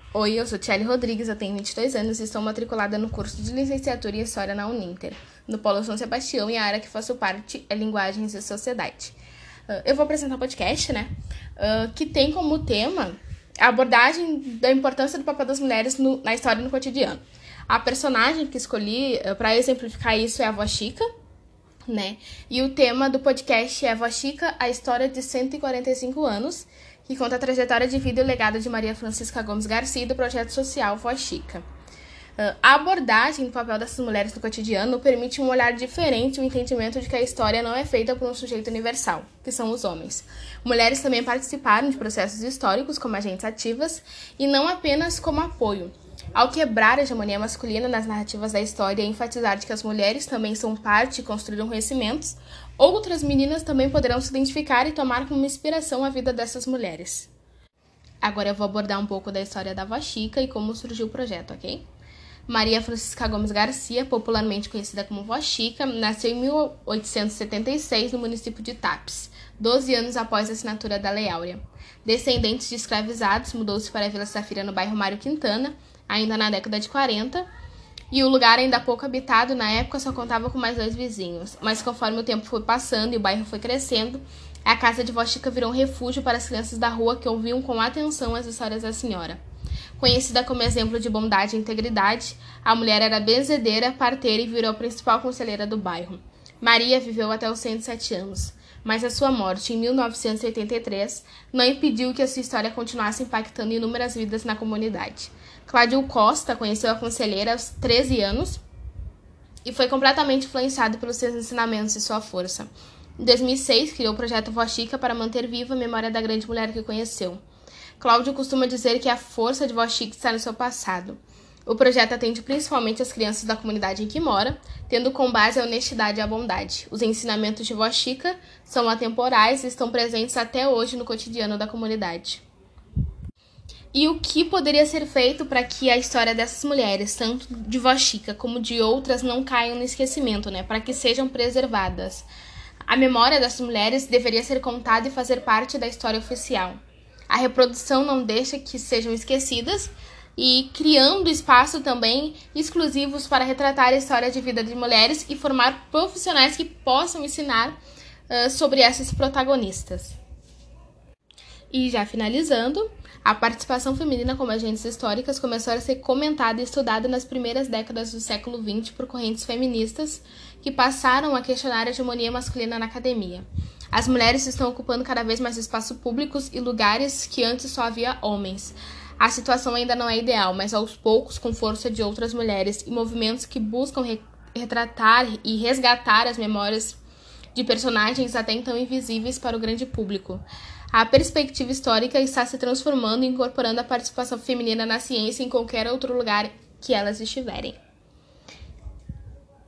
Oi, eu sou Thiele Rodrigues, eu tenho 22 anos e estou matriculada no curso de Licenciatura em História na Uninter, no Polo São Sebastião, e a área que faço parte é Linguagens e Sociedade. Eu vou apresentar um podcast, que tem como tema a abordagem da importância do papel das mulheres na história e no cotidiano. A personagem que escolhi para exemplificar isso é a Vó Chica, E o tema do podcast é Vó Chica, a história de 145 anos, que conta a trajetória de vida e o legado de Maria Francisca Gomes Garcia do projeto social Vó Chica. A abordagem do papel dessas mulheres no cotidiano permite um olhar diferente e o entendimento de que a história não é feita por um sujeito universal, que são os homens. Mulheres também participaram de processos históricos como agentes ativas e não apenas como apoio. Ao quebrar a hegemonia masculina nas narrativas da história e enfatizar de que as mulheres também são parte e construíram conhecimentos, outras meninas também poderão se identificar e tomar como inspiração a vida dessas mulheres. Agora eu vou abordar um pouco da história da Vó Chica e como surgiu o projeto, ok? Maria Francisca Gomes Garcia, popularmente conhecida como Vó Chica, nasceu em 1876 no município de Tapes, 12 anos após a assinatura da Lei Áurea. Descendente de escravizados, mudou-se para a Vila Safira no bairro Mário Quintana, ainda na década de 40, e o lugar, ainda pouco habitado na época, só contava com mais 2 vizinhos. Mas conforme o tempo foi passando e o bairro foi crescendo, a casa de Vó Chica virou um refúgio para as crianças da rua que ouviam com atenção as histórias da senhora. Conhecida como exemplo de bondade e integridade, a mulher era benzedeira, parteira e virou a principal conselheira do bairro. Maria viveu até os 107 anos, mas a sua morte, em 1983, não impediu que a sua história continuasse impactando inúmeras vidas na comunidade. Cláudio Costa conheceu a conselheira aos 13 anos e foi completamente influenciado pelos seus ensinamentos e sua força. Em 2006, criou o projeto Vó Chica para manter viva a memória da grande mulher que conheceu. Cláudio costuma dizer que a força de Vó Chica está no seu passado. O projeto atende principalmente as crianças da comunidade em que mora, tendo como base a honestidade e a bondade. Os ensinamentos de Vó Chica são atemporais e estão presentes até hoje no cotidiano da comunidade. E o que poderia ser feito para que a história dessas mulheres, tanto de Vó Chica como de outras, não caiam no esquecimento, Para que sejam preservadas? A memória dessas mulheres deveria ser contada e fazer parte da história oficial. A reprodução não deixa que sejam esquecidas e criando espaço também exclusivos para retratar a história de vida de mulheres e formar profissionais que possam ensinar sobre essas protagonistas. E já finalizando, a participação feminina como agentes históricas começou a ser comentada e estudada nas primeiras décadas do século XX por correntes feministas que passaram a questionar a hegemonia masculina na academia. As mulheres estão ocupando cada vez mais espaços públicos e lugares que antes só havia homens. A situação ainda não é ideal, mas aos poucos, com força de outras mulheres e movimentos que buscam retratar e resgatar as memórias de personagens até então invisíveis para o grande público. A perspectiva histórica está se transformando e incorporando a participação feminina na ciência em qualquer outro lugar que elas estiverem.